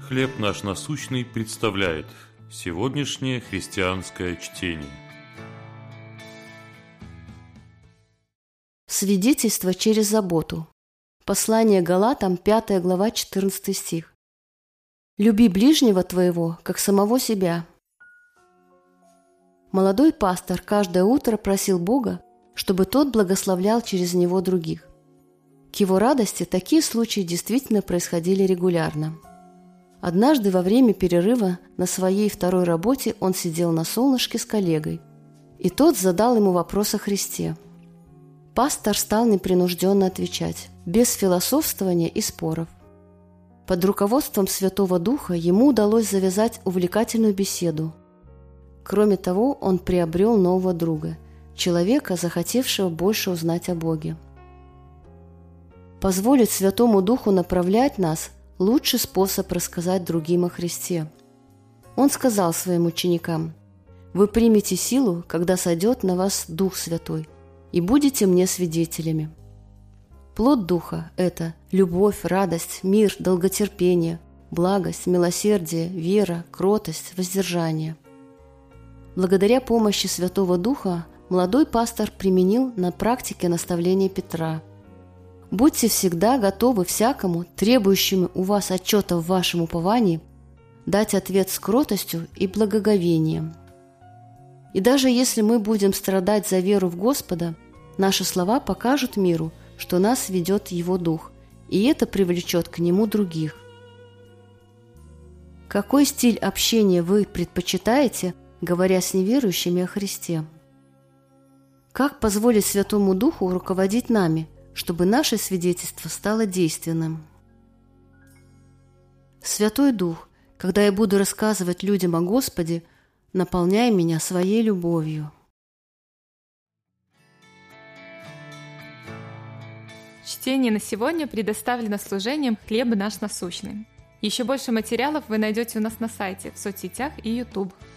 «Хлеб наш насущный» представляет сегодняшнее христианское чтение. Свидетельство через заботу. Послание Галатам, 5 глава, 14 стих. «Люби ближнего твоего, как самого себя». Молодой пастор каждое утро просил Бога, чтобы тот благословлял через него других. К его радости такие случаи действительно происходили регулярно. Однажды во время перерыва на своей второй работе он сидел на солнышке с коллегой, и тот задал ему вопрос о Христе. Пастор стал непринужденно отвечать, без философствования и споров. Под руководством Святого Духа ему удалось завязать увлекательную беседу. Кроме того, он приобрел нового друга, человека, захотевшего больше узнать о Боге. Позволить Святому Духу направлять нас – лучший способ рассказать другим о Христе. Он сказал своим ученикам: «Вы примете силу, когда сойдет на вас Дух Святой, и будете мне свидетелями». Плод Духа – это любовь, радость, мир, долготерпение, благость, милосердие, вера, кротость, воздержание. Благодаря помощи Святого Духа молодой пастор применил на практике наставления Петра: «Будьте всегда готовы всякому, требующему у вас отчета в вашем уповании, дать ответ с кротостью и благоговением». И даже если мы будем страдать за веру в Господа, наши слова покажут миру, что нас ведет Его Дух, и это привлечет к Нему других. Какой стиль общения вы предпочитаете, говоря с неверующими о Христе? Как позволить Святому Духу руководить нами, чтобы наше свидетельство стало действенным? Святой Дух, когда я буду рассказывать людям о Господе, наполняй меня своей любовью. Чтение на сегодня предоставлено служением «Хлеб наш насущный». Еще больше материалов вы найдете у нас на сайте, в соцсетях и YouTube.